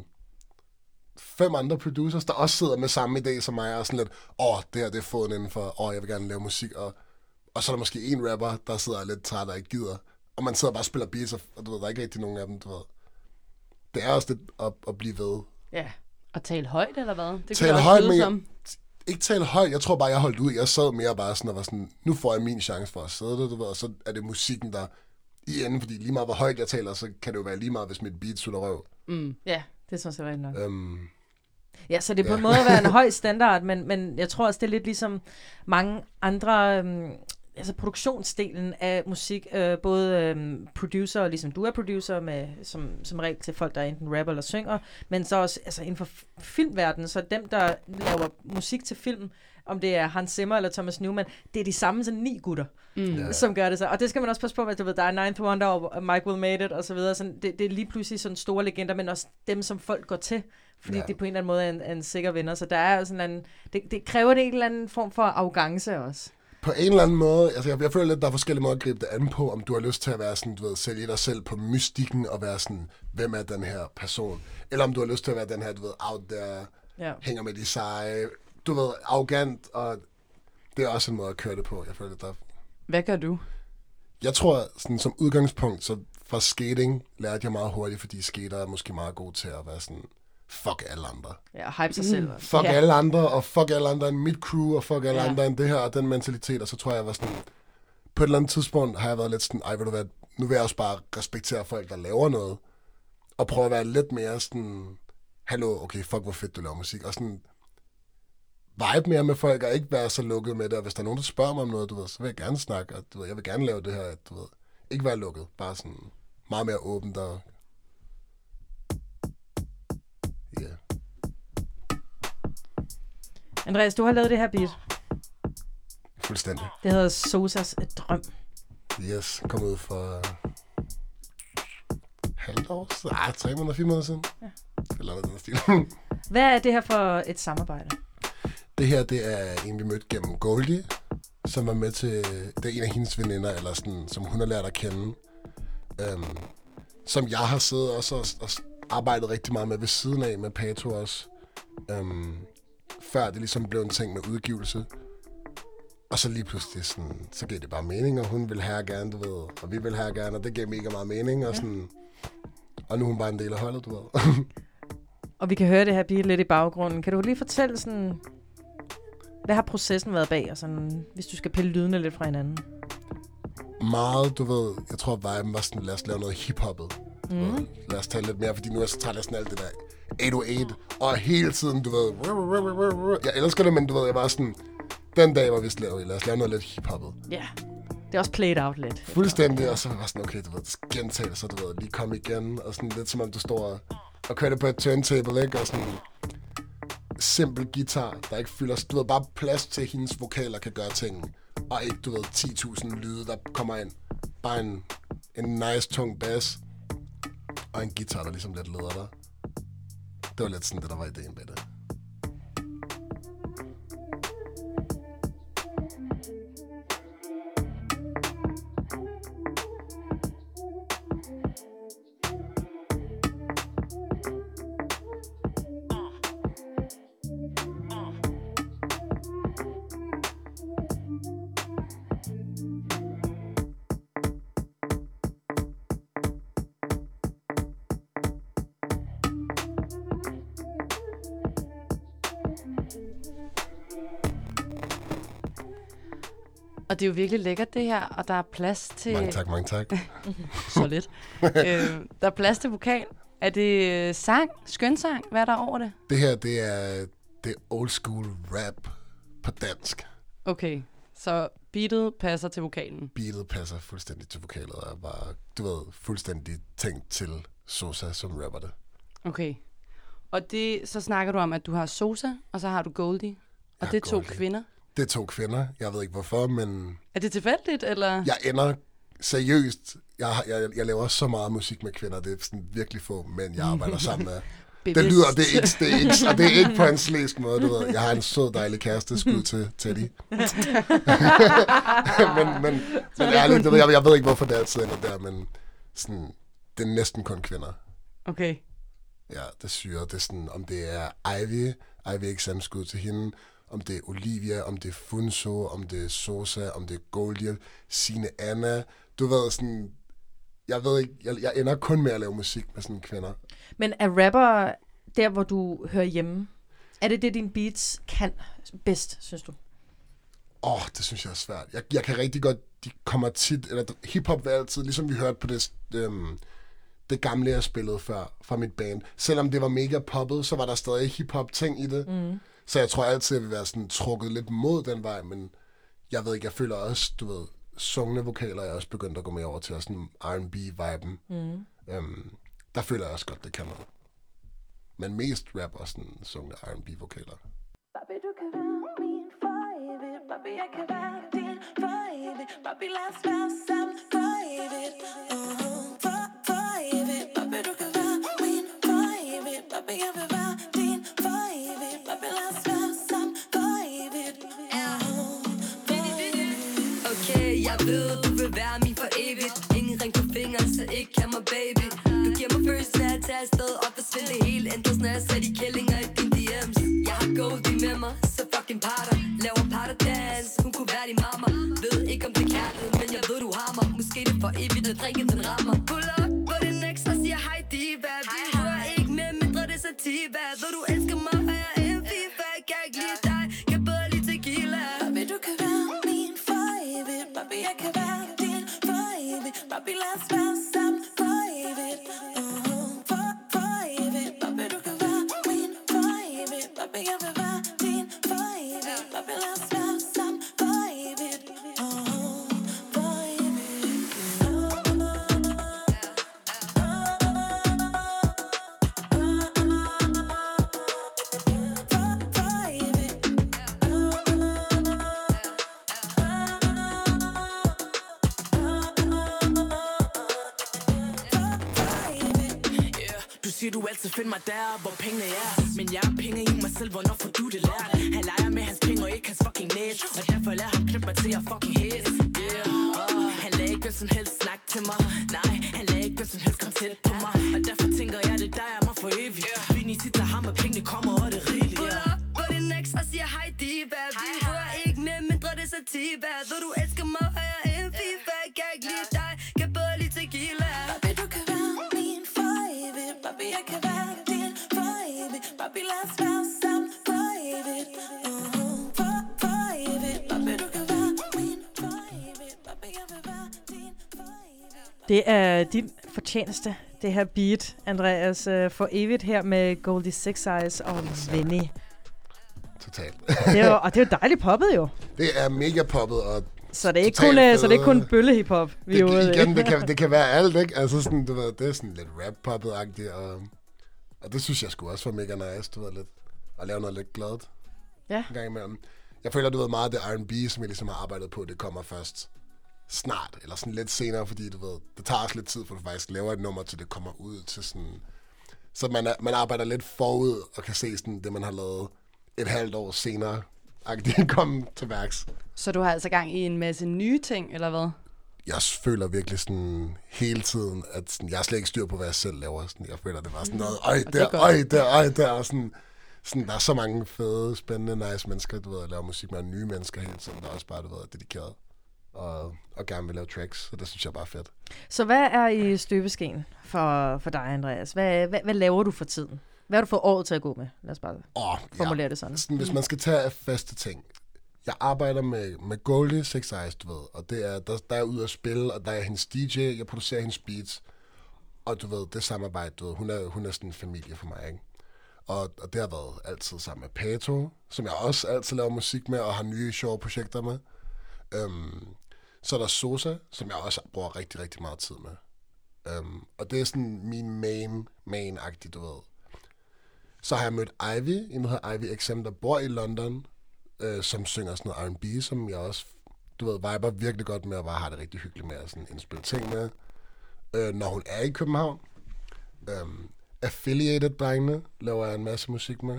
5 andre producers, der også sidder med samme idé som mig, og sådan lidt, det her det er foden indenfor, jeg vil gerne lave musik, og så er der måske en rapper, der sidder lidt træt og ikke gider, og man sidder bare og spiller beats, og du ved, der er ikke rigtig nogen af dem, du ved. Det er også lidt at blive ved. Ja, og tale højt, eller hvad? Det tale højt, men ikke tale højt, jeg tror bare, jeg holdt ud. Jeg sad mere bare sådan og var sådan, nu får jeg min chance for at sidde der, du ved, og så er det musikken, der i enden, fordi lige meget hvor højt jeg taler, så kan det jo være lige meget, hvis mit beat sutter røv. Ja, det synes jeg rigtig nok. Ja, så det er på en måde at være en høj standard, men jeg tror også, det er lidt ligesom mange andre, altså produktionsdelen af musik, både producer, ligesom du er producer, med, som regel til folk, der er enten rapper eller synger, men så også altså inden for filmverdenen, så dem, der laver musik til film, om det er Hans Zimmer eller Thomas Newman, det er de samme sådan 9 gutter, som gør det så. Og det skal man også passe på, at du ved, der er Ninth Wonder og Mike Will Made It og så videre. Sådan, det er lige pludselig sådan store legender, men også dem, som folk går til, fordi det på en eller anden måde er en sikker venner. Så der er sådan en, det kræver en eller anden form for arrogance også. På en eller anden måde, altså jeg føler lidt, der er forskellige måder at gribe det an på, om du har lyst til at være sådan, du ved, sælge dig selv på mystikken og være sådan, hvem er den her person? Eller om du har lyst til at være den her, du ved, out there, hænger med de seje, du ved, arrogant, og det er også en måde at køre det på. Jeg føler, der... Hvad gør du? Jeg tror, sådan som udgangspunkt, så fra skating lærte jeg meget hurtigt, fordi skater er måske meget god til at være sådan, fuck alle andre. Ja, hype sig selv. Fuck alle andre, og fuck alle andre end mit crew, og fuck alle andre end det her, og den mentalitet, og så tror jeg var sådan, på et eller andet tidspunkt har jeg været lidt sådan, ved du hvad, nu vil jeg også bare respektere folk, der laver noget, og prøve at være lidt mere sådan, hallo, okay, fuck hvor fedt du laver musik, og sådan, vibe mere med folk, og ikke være så lukket med det. Og hvis der er nogen, der spørger mig om noget, du ved, så vil jeg gerne snakke, og du ved, jeg vil gerne lave det her, du ved. Ikke være lukket, bare sådan meget mere åbent og... Ja. Yeah. Andreas, du har lavet det her beat. Fuldstændig. Det hedder Sosas drøm. Yes, kom ud for halvt år siden. 3 måneder, 4 måneder siden. Ja. Eller noget den stil. Hvad er det her for et samarbejde? Det her, det er en, vi mødte gennem Goldie, som var med til... Det er en af hendes veninder, eller sådan, som hun har lært at kende. Som jeg har siddet også og arbejdet rigtig meget med ved siden af, med Pato også. Før det ligesom blev en ting med udgivelse. Og så lige pludselig sådan, så gav det bare mening, og hun ville have gerne, du ved, og vi ville have gerne, og det gav mega meget mening, og sådan, og nu er hun bare en del af holdet, du ved. Og vi kan høre det her beat lidt i baggrunden. Kan du lige fortælle sådan, hvad har processen været bag, og sådan, hvis du skal pille lydene lidt fra hinanden? Meget, du ved, jeg tror viben var sådan, lad os lave noget hiphoppet. Lad os tale lidt mere, fordi nu er jeg så træt af sådan alt det der 808, og hele tiden, du ved, jeg elsker det, men du ved, jeg var sådan, den dag var vi lavet, lad os lave noget lidt hiphoppet. Ja, det er også played out lidt. Fuldstændig, og så var sådan, okay, du ved, det skal gentale sig, du ved, lige komme igen, og sådan lidt som om du står og kører det på et turntable, ikke, og sådan simpel guitar, der ikke fylder, du ved, bare plads til hendes vokaler kan gøre tingene, og ikke, du ved, 10.000 lyde, der kommer ind, bare en nice, tung bass, og en guitar, der ligesom lidt leder dig. Det var lidt sådan det, der var ideen med det. Og det er jo virkelig lækkert, det her, og der er plads til... Mange tak. Så lidt. Der er plads til vokal. Er det sang? Skønsang? Hvad er der over det? Det her, det er old school rap på dansk. Okay, så beatet passer til vokalen? Beatet passer fuldstændig til vokalet, og bare, du ved, fuldstændig tænkt til Sosa, som rapper det. Okay. Og det, så snakker du om, at du har Sosa, og så har du Goldie, og det er 2 kvinder? Det er 2 kvinder. Jeg ved ikke hvorfor, men... Er det tilfældigt, eller? Jeg ender seriøst... Jeg laver så meget musik med kvinder. Det er sådan virkelig få mænd, jeg arbejder sammen med. Det lyder... Det er ikke på en slæsk måde, du ved. Jeg har en sød, dejlig kæreste. Skud til Teddy. men ærligt, det ved jeg ved ikke, hvorfor det altid ender der, men sådan, det er næsten kun kvinder. Okay. Ja, det er syret. Det er sådan, om det er Ivy XM, skud til hende, om det er Olivia, om det er Funso, om det er Sosa, om det er Goldie, Signe Anna. Du ved sådan, jeg ved ikke, jeg ender kun med at lave musik med sådan kvinder. Men er rapper der, hvor du hører hjemme? Er det dine beats kan bedst, synes du? Det synes jeg er svært. Jeg kan rigtig godt, de kommer tit, eller hiphop vil altid, ligesom vi hørte på det gamle, jeg spillede før fra mit band. Selvom det var mega poppet, så var der stadig hiphop ting i det. Mm. Så jeg tror altid, at jeg vil være sådan trukket lidt mod den vej, men jeg ved ikke, jeg føler også, du ved, sungne vokaler er også begyndt at gå med over til sådan R&B-viben. Der føler jeg også godt, det kan noget. Men mest rap og sådan sungne R&B-vokaler. Baby, du kan være min favorite. Baby, jeg kan være din favorite. Baby, lad os være sammen favorite. Favorite. Baby, du kan være min favorite. Baby, jeg vil være din favorite. Baby, lad os være sammen favorite. Okay, jeg ved, du vil være min for evigt. Ingen ring på fingeren, så ikke kan mig baby. Du giver mig følelsen af at tage afsted og forsvinde det hele. Ændres, når jeg ser de kællinger i dine DM's. Jeg har Goldie med mig, så fucking parter. Laver parterdance, hun kunne være din mamma. Ved ikke om det er kærlighed, men jeg ved du har mig. Måske det for evigt, når drinken den rammer. Pull up på det next og siger hej diva. Vi hører ikke med, mindre det er sativa. Ved du elsker mig, og jeg er en FIFA. Kan ikke lide dig, kan bedre lide tequila. Baby, du kan være min favorite. Baby, jeg kan være din favorite. Baby, lad os være sammen favorite. Favorite. Baby, du kan være min favorite. Baby, jeg vil være din favorite. siger du altid find mig der, hvor pengene er. Men jeg er penge i mig selv, hvornår får du det lært? Han leger med hans penge og ikke hans fucking net. Og derfor lader han klippe mig til at fucking hit. Han lagde ikke som helst snak til mig. Nej, han lagde ikke som helst kom tæt på mig. Og derfor tænker jeg, det der er mig for evigt. Vini sidder ham, og pengene kommer, og det er rigeligt. Pull up på din next og siger hej diva. Vi rører ikke med, mindre det er sativa. Ved du elsker mig højere end FIFA. Kan ikke lide dig, kan bedre lide tequila. Baby, du kan være min for evigt. Baby, jeg kan være din for evigt. Baby, lad os være sammen for evigt. For evigt. Baby, du kan være min for evigt. Baby, jeg vil være din for evigt. Det er din fortjeneste, det her beat, Andreas, for evigt her med Goldie Six Eyes og Vinny. Totalt. Og det er jo dejligt poppet jo. Det er mega poppet, og så det er ikke kun bøllehiphop, vi er ude igen, det kan være alt, ikke? Altså sådan, du ved, det er sådan lidt rap-poppet-agtigt, og det synes jeg sgu også var mega nice, du ved, lidt, at lave noget lidt gladt. Ja. En gang imellem. Jeg føler, du ved, meget af det R&B, som jeg ligesom har arbejdet på, det kommer først snart, eller sådan lidt senere, fordi du ved, det tager også lidt tid, for du faktisk laver et nummer, til det kommer ud til sådan... Så man arbejder lidt forud, og kan se sådan det, man har lavet et halvt år senere, agtigt komme til værks. Så du har altså gang i en masse nye ting, eller hvad? Jeg føler virkelig sådan hele tiden, at sådan, jeg har slet ikke styr på, hvad jeg selv laver. Sådan, jeg føler, det var sådan noget, der, og sådan, der er så mange fede, spændende, nice mennesker, du ved, at lave musik med nye mennesker hele tiden, der også bare, du ved, er dedikeret og gerne vil lave tracks, så det synes jeg bare er fedt. Så hvad er i støbeskeen for dig, Andreas? Hvad laver du for tiden? Hvad har du fået året til at gå med? Lad os bare formulere det sådan. Hvis man skal tage faste ting. Jeg arbejder med Goldie Six Eyes, du ved, og det er, der er jeg ude at spille, og der er hendes DJ, jeg producerer hendes beats, og du ved, det samarbejde, du ved, hun er sådan en familie for mig, ikke? Og det har været altid sammen med Pato, som jeg også altid laver musik med, og har nye sjove projekter med. Så er der Sosa, som jeg også bruger rigtig, rigtig meget tid med. Og det er sådan min main-agtig, du ved. Så har jeg mødt Ivy, en der hedder Ivy XM, der bor i London, som synger sådan noget R&B, som jeg også, du ved, viber virkelig godt med, og bare har det rigtig hyggeligt med at sådan indspille ting med. Når hun er i København. Affiliated-drengene laver jeg en masse musik med.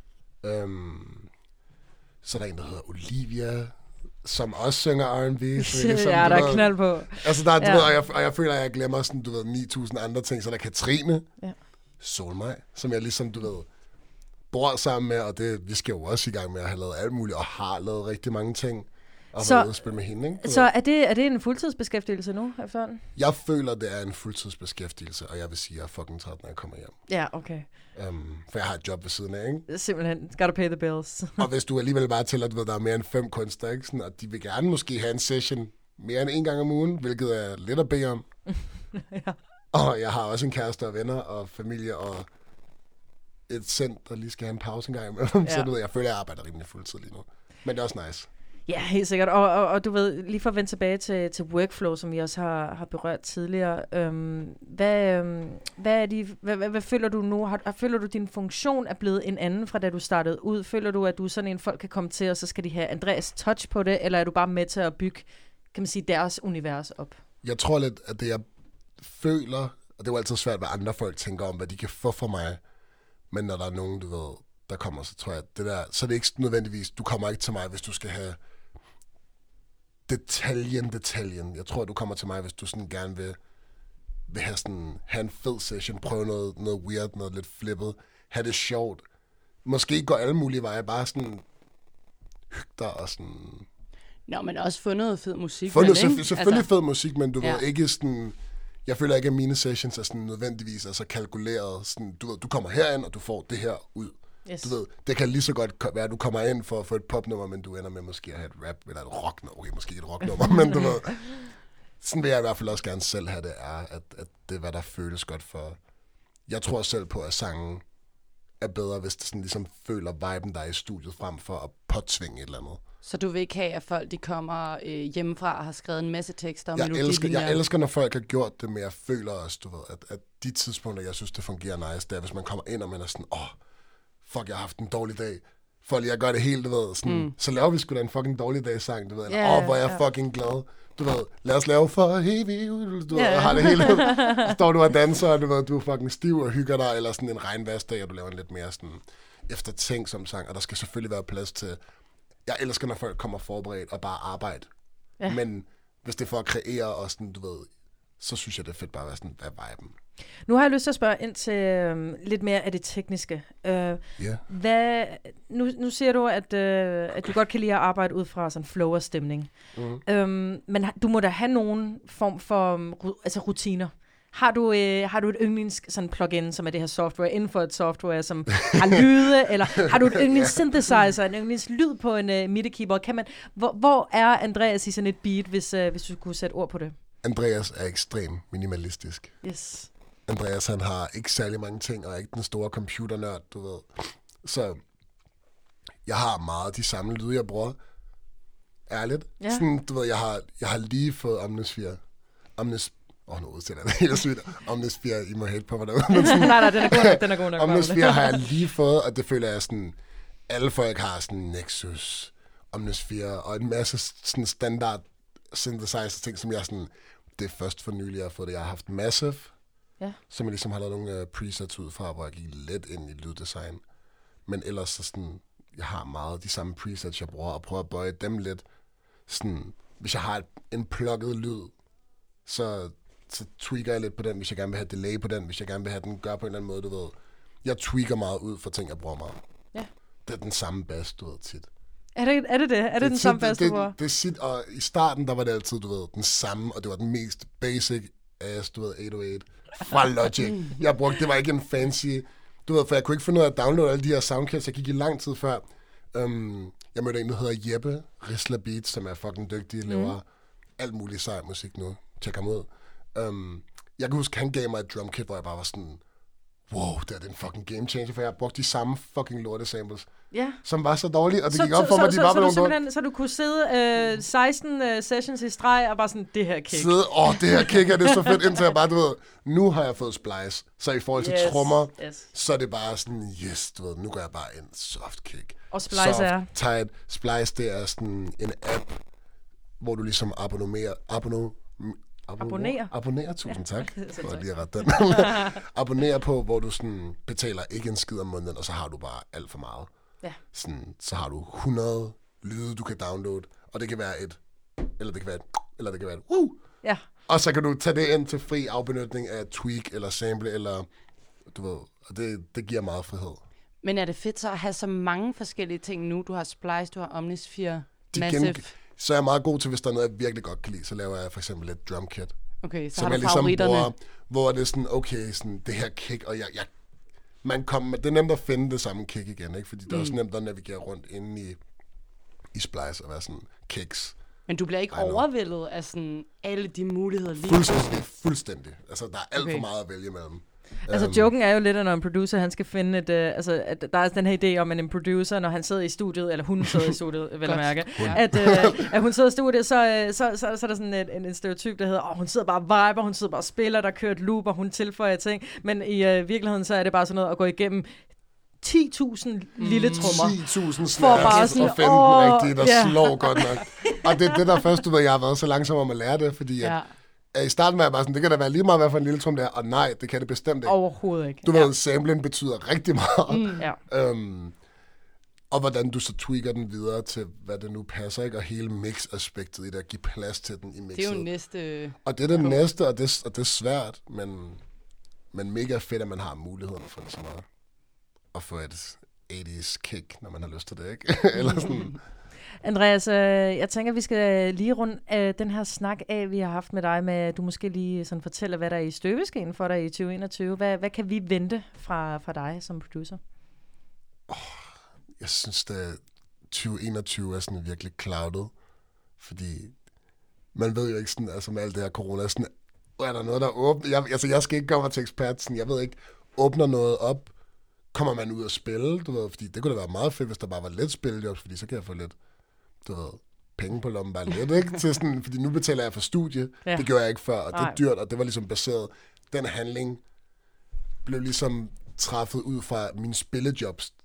Så er der en, der hedder Olivia, som også synger R&B. Ligesom, ja, der er knald på. Altså, der, du ved, og jeg føler, at jeg glemmer sådan, du ved, 9.000 andre ting. Så der er Katrine, Solmaj, som jeg ligesom, du ved, bor sammen med, og det, vi skal jo også i gang med at have lavet alt muligt, og har lavet rigtig mange ting, og været ude at spille med hende, ikke? Så er det en fuldtidsbeskæftigelse nu, efterhånden? Jeg føler, det er en fuldtidsbeskæftigelse, og jeg vil sige, at jeg er fucking træt, når jeg kommer hjem. Ja, okay. For jeg har et job ved siden af, ikke? Simpelthen. Gotta pay the bills. Og hvis du alligevel bare tæller, at der er mere end 5 kunstnere, ikke? Sådan, og de vil gerne måske have en session mere end 1 gang om ugen, hvilket er lidt at bede om. Ja. Og jeg har også en kæreste og venner og familie og et cent, der lige skal have en pause en gang imellem. Ja. Så du ved, jeg føler, at jeg arbejder rimelig fuldtid lige nu. Men det er også nice. Ja, helt sikkert. Og du ved, lige for at vende tilbage til workflow, som vi også har berørt tidligere. Hvad føler du nu? Føler du, din funktion er blevet en anden fra da du startede ud? Føler du, at du er sådan en, folk kan komme til, og så skal de have Andreas touch på det? Eller er du bare med til at bygge, kan man sige, deres univers op? Jeg tror lidt, at det jeg føler, og det er jo altid svært, hvad andre folk tænker om, hvad de kan få fra mig. Men når der er nogen, du ved, der kommer, så tror jeg, at det der, så er det ikke nødvendigvis, du kommer ikke til mig, hvis du skal have detaljen. Jeg tror, du kommer til mig, hvis du sådan gerne vil have en fed session, prøve noget weird, noget lidt flippet, have det sjovt. Måske ikke gå alle mulige veje, bare sådan hygge dig og sådan... Nå, men også få noget fed musik. Selvfølgelig fed musik, men du ved ikke sådan... Jeg føler ikke, at mine sessions er sådan nødvendigvis så kalkuleret. Sådan, du ved, du kommer herind, og du får det her ud. Yes. Du ved, det kan lige så godt være, at du kommer ind for at få et popnummer, men du ender med måske at have et rap eller et rocknummer. Okay, måske et rocknummer, men du ved... Sådan vil jeg i hvert fald også gerne selv have det, at det er, hvad der føles godt for... Jeg tror selv på, at sangen er bedre, hvis det sådan ligesom føler viben, der er i studiet, frem for at påtvinge et eller andet. Så du vil ikke have, at folk de kommer hjemmefra og har skrevet en masse tekster? Jeg elsker, når folk har gjort det, men jeg føler også, du ved, at de tidspunkter, jeg synes, det fungerer nice, det er, hvis man kommer ind, og man er sådan, fuck, jeg har haft en dårlig dag. for lige at gøre det helt, du ved, sådan, så laver vi sgu da en fucking dårlig dag sang, du ved, eller, hvor er jeg fucking glad, du ved, lad os lave for evigt, du ved, og har det hele, står du og danser, og du ved, du er fucking stiv og hygger dig, eller sådan en regnværsdag, og du laver en lidt mere sådan eftertænksom sang, og der skal selvfølgelig være plads til, jeg elsker, når folk kommer forberedt og bare arbejde, men hvis det er for at kreere og sådan, du ved, så synes jeg, det er fedt bare at være sådan, hvad er viben? Nu har jeg lyst til at spørge ind til lidt mere af det tekniske. Hvad, nu siger du, at du godt kan lide at arbejde ud fra sådan flow og stemning. Men du må da have nogen form for rutiner. Har du et yndlings sådan plugin, som er det her software, inden for et software, som har lyde, eller har du et yndlings synthesizer, en yndlings lyd på en MIDI-keyboard? Hvor er Andreas i sådan et beat, hvis du kunne sætte ord på det? Andreas er ekstremt minimalistisk. Yes. Andreas, han har ikke særlig mange ting, og er ikke den store computernørd, du ved. Så jeg har meget de samme lyde, jeg bruger. Ærligt. Ja. Sådan, du ved, jeg har lige fået Omnisphere. Nu udsætter det helt sygt. Omnisphere, I må hate på mig derude. Nej, den er god nok. Omnisphere har jeg lige fået, og det føler jeg sådan, alle folk har sådan Nexus, Omnisphere, og en masse sådan standard synthesizer-ting, som jeg sådan, det er først for nylig, jeg har fået det. Jeg har haft Massive, som jeg ligesom har lavet nogle presets ud fra, hvor jeg gik lidt ind i lyddesign. Men ellers så sådan, jeg har meget de samme presets, jeg bruger, og prøver at bøje dem lidt. Sådan, hvis jeg har en plugget lyd, så tweaker jeg lidt på den, hvis jeg gerne vil have delay på den, hvis jeg gerne vil have den gør på en eller anden måde, du ved. Jeg tweaker meget ud for ting, jeg bruger meget. Ja. Det er den samme bass, du ved, tit. Er det det? Er det den samme bass, du bruger? Det er sit, og i starten, der var det altid, du ved, den samme, og det var den mest basic ass, du ved, 808 fra Logic. Det var ikke en fancy, du ved, for jeg kunne ikke finde ud af at downloade alle de her soundkits. Jeg gik i lang tid før. Jeg mødte en, der hedder Jeppe Risler Beats, som er fucking dygtig, laver alt muligt sej musik nu. Tjek ham ud. Jeg kan huske, han gav mig et drumkit, hvor jeg bare var sådan, wow, det er en fucking game changer, for jeg har brugt de samme fucking lorte samples, som var så dårlige, og det gik op for mig, at de var på nogle Så du kunne sidde 16 sessions i streg, og bare sådan, det her kick. Det her kick er det så fedt, indtil jeg bare, du ved, nu har jeg fået splice, så i forhold til trommer, så er det bare sådan, yes, du ved, nu går jeg bare ind, soft kick. Og splice er? Tight. Splice, det er sådan en app, hvor du ligesom abonnerer, tusind tak. For lige at rette den. Abonnerer på, hvor du sådan betaler ikke en skid om måneden, og så har du bare alt for meget. Ja. Sådan, så har du 100 lyde, du kan downloade, og det kan være et, eller det kan være et, eller det kan være et, Ja. Og så kan du tage det ind til fri afbenytning af tweak, eller sample, eller, du ved, og det giver meget frihed. Men er det fedt så at have så mange forskellige ting nu? Du har Splice, du har Omnisphere, Massive. Så er jeg meget god til, hvis der er noget, jeg virkelig godt kan lide, så laver jeg for eksempel et drumkit. Okay, så som har du ligesom favoritterne. hvor det er sådan, okay, sådan, det her kick, og det er nemt at finde det samme kick igen, ikke? Fordi det er også nemt at navigere rundt inde i Splice og være sådan kicks. Men du bliver ikke overvældet af sådan alle de muligheder lige? Fuldstændig. Altså, der er alt for meget at vælge mellem. Altså, joken er jo lidt, at når en producer, han skal finde et... at der er den her idé om, at en producer, når han sidder i studiet, eller hun sidder i studiet, vel at mærke, at hun sidder i studiet, så er der sådan en stereotyp, der hedder, hun sidder bare og viber, hun sidder bare og spiller, der kører et loop, og hun tilføjer ting. Men i virkeligheden, så er det bare sådan noget at gå igennem 10.000 lille trommer. 10.000 snaps og 15 rigtige, der slår godt nok. Og det er det, der først, du ved, jeg har været så langsom om at lære det, fordi i starten var jeg bare sådan, det kan da være lige meget, hvad for en lille trum det er, og nej, det kan det bestemt ikke. Overhovedet ikke. Du ved, samplen betyder rigtig meget. Og hvordan du så tweaker den videre til, hvad det nu passer, ikke? Og hele mix-aspektet i det, at give plads til den i mixet. Det er jo næste... Og det er det næste, og det er svært, men mega fedt, at man har muligheden for det så meget. At få et 80's kick, når man har lyst til det, ikke? Eller sådan... Andreas, jeg tænker, vi skal lige runde den her snak af, vi har haft med dig, med du måske lige sådan fortæller, hvad der er i støbeskeen for dig i 2021. Hvad kan vi vente fra dig som producer? Jeg synes, at 2021 er sådan virkelig clouded, fordi man ved jo ikke sådan, altså med alt det her corona, sådan, er der noget, der åbner? Jeg skal ikke komme til ekspert, sådan, jeg ved ikke, åbner noget op, kommer man ud og spille, du ved, fordi det kunne da være meget fedt, hvis der bare var lidt spilljobs, fordi så kan jeg få lidt, du ved, penge på lommen bare lidt, ikke? Til sådan, fordi nu betaler jeg for studie, det gjorde jeg ikke før, og det er dyrt, og det var ligesom baseret, den handling blev ligesom træffet ud fra mine spillejobs,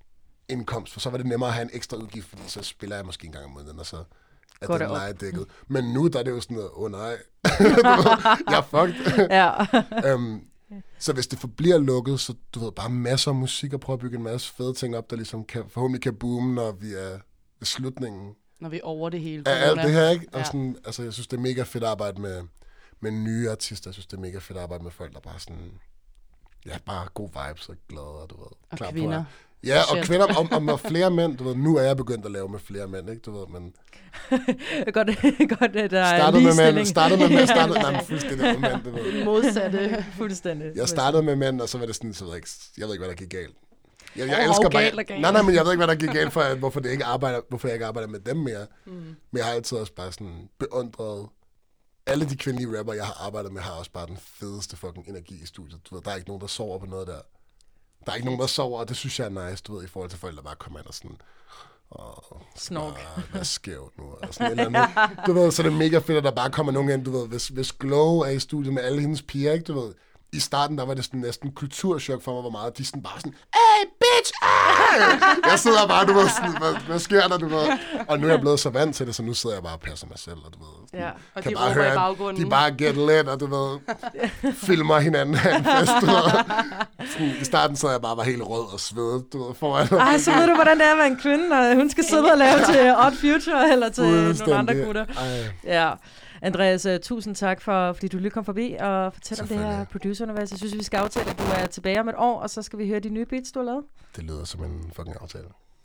indkomst, for så var det nemmere at have en ekstra udgift, fordi så spiller jeg måske en gang om måneden, og så er Går den det op. leje dækket. Men nu der er det jo sådan noget, nej, jeg er fucked. Ja. Så hvis det forbliver lukket, så du ved, bare masser af musik og prøve at bygge en masse fede ting op, der ligesom forhåbentlig kan boome, når vi er ved slutningen Når vi er over det hele. af alt det her, ikke? Og Ja. sådan, altså, jeg synes, det er mega fedt at arbejde med nye artister. Jeg synes, det er mega fedt at arbejde med folk, der bare sådan, ja, bare gode vibes og glade, og du ved. Og klar på kvinder. at- Ja, og Shit. kvinder og med flere mænd, du ved. Nu er jeg begyndt at lave med flere mænd, ikke? Du ved, men godt, at der er startede med ligestilling. mænd, nej, men fuldstændig omvendt, du ved. Modsatte. Fuldstændig. Jeg startede med mænd, og så var det sådan, så ved jeg ved ikke, hvad der gik galt. Jeg Åh, elsker galt bare... og galt. Nej, men jeg ved ikke, hvad der gik galt for, hvorfor jeg ikke arbejder med dem mere. Men jeg har altid også bare sådan beundret... Alle de kvindelige rapper, jeg har arbejdet med, har også bare den fedeste fucking energi i studiet. Du ved, der er ikke nogen, der sover på noget der. Der er ikke nogen, der sover, og det synes jeg er nice, du ved, i forhold til folk, der bare kommer ind og sådan... Snork. Hvad er skævt nu? Og sådan et eller andet. Du ved, så det er mega fedt, at der bare kommer nogen ind, du ved, hvis Glow er i studiet med alle hendes piger, ikke, du ved, i starten, der var det sådan næsten kulturschok for mig, hvor meget de sådan bare sådan, hey, bitch, jeg sidder bare, du ved, sådan, hvad sker der, du ved? Og nu er jeg blevet så vant til det, så nu sidder jeg bare og passer mig selv, og du ved, Ja, og kan de bare råber i høre, baggrunden. de bare get lit, og du ved, filmer hinanden af en fest, du ved. Sådan, i starten sad jeg bare og var helt rød og svedet, du ved, foran. Ej, så ved du, hvordan det er at være en kvinde, når hun skal sidde og lave til Odd Future, eller til nogle andre gutter. Ja. Andreas, tusind tak, fordi du lige kom forbi og fortæller om det her producerunivers. Jeg synes, vi skal aftale, at du er tilbage om et år, og så skal vi høre de nye beats, du har lavet. Det lyder som en fucking aftale.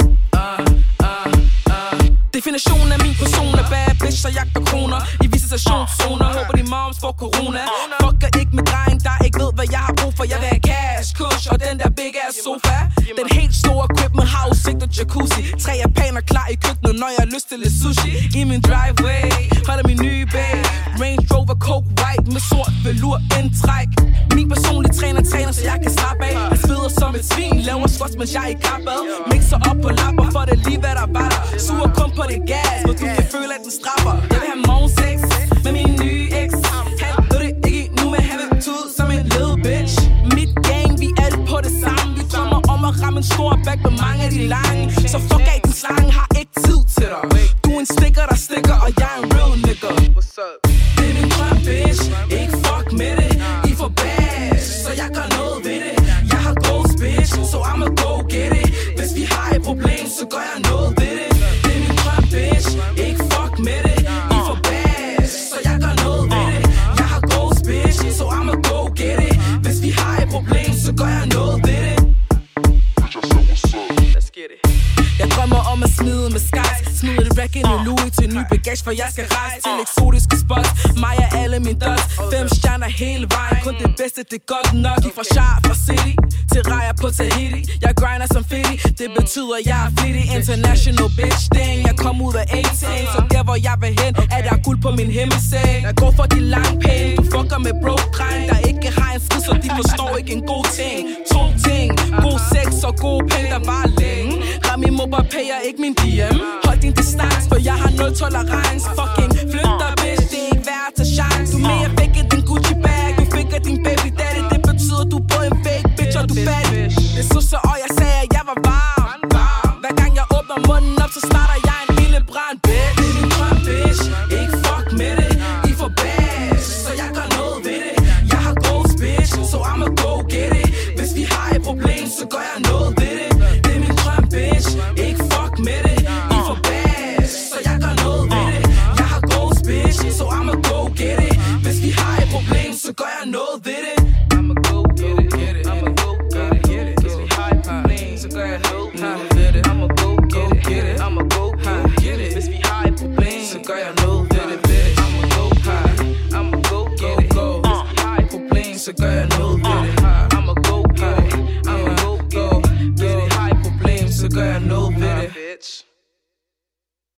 Definitionen af min person er bad bitch, der jagter kroner i visitationszoner. Håber de moms får corona. Fucker ikke med dreng, der ikke ved, hvad jeg har brug for. Jeg vil have cash, kush og den der big ass sofa. Den helt store crib med house, udsigt og jacuzzi. 3 japaner klar i køkkenet, når jeg har lyst til lidt sushi. I min driveway, holder min nye bag. Range Rover Coke White med sort velur indtræk. Min personlige træner, så jeg kan slappe af. Jeg sveder som et svin, laver squats, mens jeg er i kappad. Mixer op på lapper, for det lige hvad der var der. Suger kun på det gas, hvor du kan føle, at den straffer. Jeg vil have morgensex med min nye ex. Han ved det ikke nu, men han vil tud som en little bitch. Mit gang, vi er alle på det samme. Vi drømmer om at ramme en stor bag med mange af de lange. Så fuck af din slange, har ikke tid til dig. Du er en stikker, der stikker, og jeg er en real nigga. Det er min drøm, bitch. Ikke fuck med det. I får bash, så jeg gør noget ved det. Jeg har goals, bitch, så I'ma go get it. Hvis vi har et problem, så gør jeg noget ved det. Det er min drøm, bitch. Ikke fuck med det. I får bash, så jeg gør noget ved det. Jeg har goals, bitch, så I'ma go get it. Hvis vi har et problem, så gør jeg noget ved det. Let's get it. Jeg drømmer om at smide med skies. Smide det rack ind i Louis til ny bagage, for jeg skal rejse til eksotiske spots. Mig og alle mine dots, 5 stjerner hele vejen. Kun det bedste, det er godt nok. I fra Shard, fra City til Raya på Tahiti. Jeg grinder som fitty, det betyder jeg er flitty. International bitch, dang, jeg kom ud af 18. Så der hvor jeg vil hen, er der guld på min himmelsæg. Jeg går for de lange penge, du fucker med broke dreng, der ikke har en skid, så de forstår ikke en god ting. 2 ting, god sex og gode penge, der var længe. Ram i mobile payer, ikke min DM. Hold din distance, for jeg har 0 tolerance. Fucking flyt dig, bitch, det er ikke værd at tage chance. Du mere fik af din Gucci bag, du fik af din baby daddy. Det betyder, du er både en fake bitch og du fattig. Det så og jeg sagde, at jeg var varm. Hver gang jeg åbner munden op, så starter jeg en lille brand, bitch. Det er min drøm, bitch, ikke fuck med det. I får bash, så jeg gør noget ved det. Jeg har goals, bitch, så I'ma go get it. Hvis vi har et problem, så gør jeg noget ved det. Det er min drøm, bitch, ikke fuck med det. I får bash, så jeg gør noget ved det. Jeg har goals, bitch, så I'ma go get it. Hvis vi har et problem, så gør jeg noget ved det. I'ma go get it, get it. I'ma go get it. Hvis vi har et problem, så gør jeg noget ved det. I'ma go get it. I'ma go get it. Hvis vi har et problem, så gør jeg noget ved det. I'ma go get it. Hvis vi har et problem, så gør jeg noget